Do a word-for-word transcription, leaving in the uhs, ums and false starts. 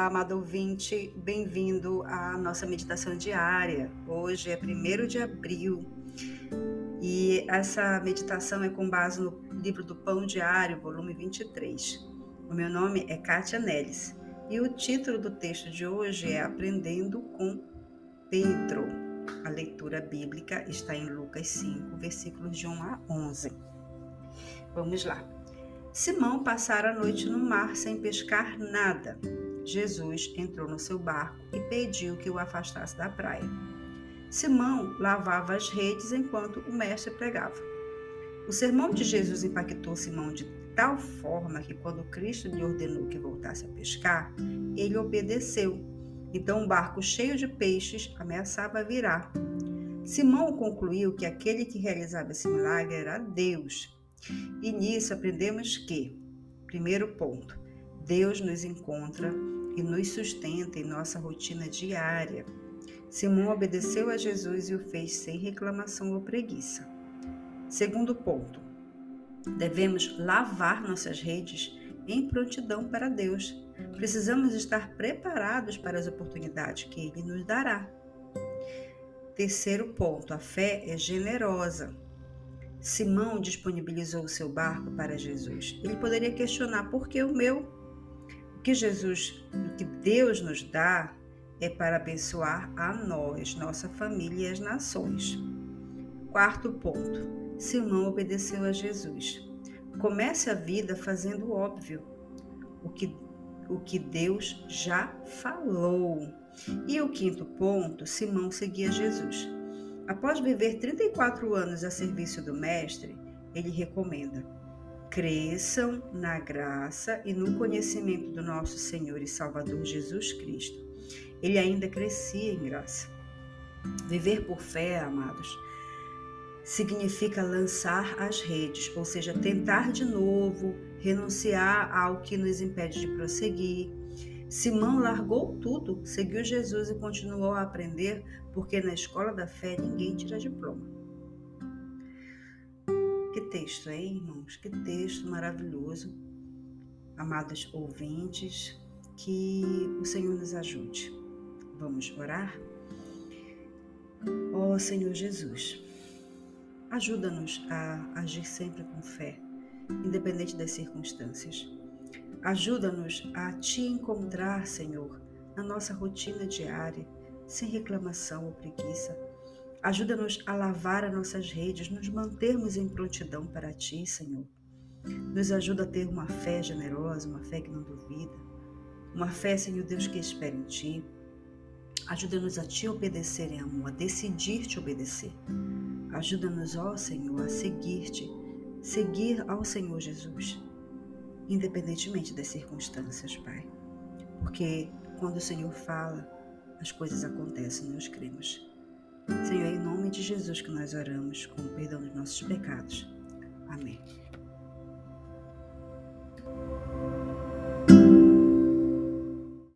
amado ouvinte, bem-vindo à nossa meditação diária. Hoje é primeiro de abril e essa meditação é com base no livro do Pão Diário, volume vinte e três. O meu nome é Kátia Neles e o título do texto de hoje é Aprendendo com Pedro. A leitura bíblica está em Lucas cinco, versículos de um a onze. Vamos lá. Simão passara a noite no mar sem pescar nada. Jesus entrou no seu barco e pediu que o afastasse da praia. Simão lavava as redes enquanto o mestre pregava. O sermão de Jesus impactou Simão de tal forma que, quando Cristo lhe ordenou que voltasse a pescar, ele obedeceu. Então, um barco cheio de peixes ameaçava virar. Simão concluiu que aquele que realizava esse milagre era Deus. E nisso aprendemos que, primeiro ponto, Deus nos encontra e nos sustenta em nossa rotina diária. Simão obedeceu a Jesus e o fez sem reclamação ou preguiça. Segundo ponto, devemos lavar nossas redes em prontidão para Deus. Precisamos estar preparados para as oportunidades que Ele nos dará. Terceiro ponto, a fé é generosa. Simão disponibilizou o seu barco para Jesus. Ele poderia questionar: por que o meu? O que Jesus, o que Deus nos dá é para abençoar a nós, nossa família e as nações. Quarto ponto, Simão obedeceu a Jesus. Comece a vida fazendo o óbvio, o que, o que Deus já falou. E o quinto ponto, Simão seguia Jesus. Após viver trinta e quatro anos a serviço do Mestre, ele recomenda: cresçam na graça e no conhecimento do nosso Senhor e Salvador Jesus Cristo. Ele ainda crescia em graça. Viver por fé, amados, significa lançar as redes, ou seja, tentar de novo, renunciar ao que nos impede de prosseguir. Simão largou tudo, seguiu Jesus e continuou a aprender, porque na escola da fé ninguém tira diploma. Que texto, hein, irmãos? Que texto maravilhoso. Amados ouvintes, que o Senhor nos ajude. Vamos orar? Ó Senhor Jesus, ajuda-nos a agir sempre com fé, independente das circunstâncias. Ajuda-nos a Te encontrar, Senhor, na nossa rotina diária, sem reclamação ou preguiça. Ajuda-nos a lavar as nossas redes, nos mantermos em prontidão para Ti, Senhor. Nos ajuda a ter uma fé generosa, uma fé que não duvida, uma fé, Senhor Deus, que espera em Ti. Ajuda-nos a Te obedecer em amor, a decidir Te obedecer. Ajuda-nos, ó Senhor, a seguir-Te, seguir ao Senhor Jesus, independentemente das circunstâncias, Pai. Porque quando o Senhor fala, as coisas acontecem, nós cremos. Senhor, é em nome de Jesus que nós oramos, com o perdão dos nossos pecados. Amém.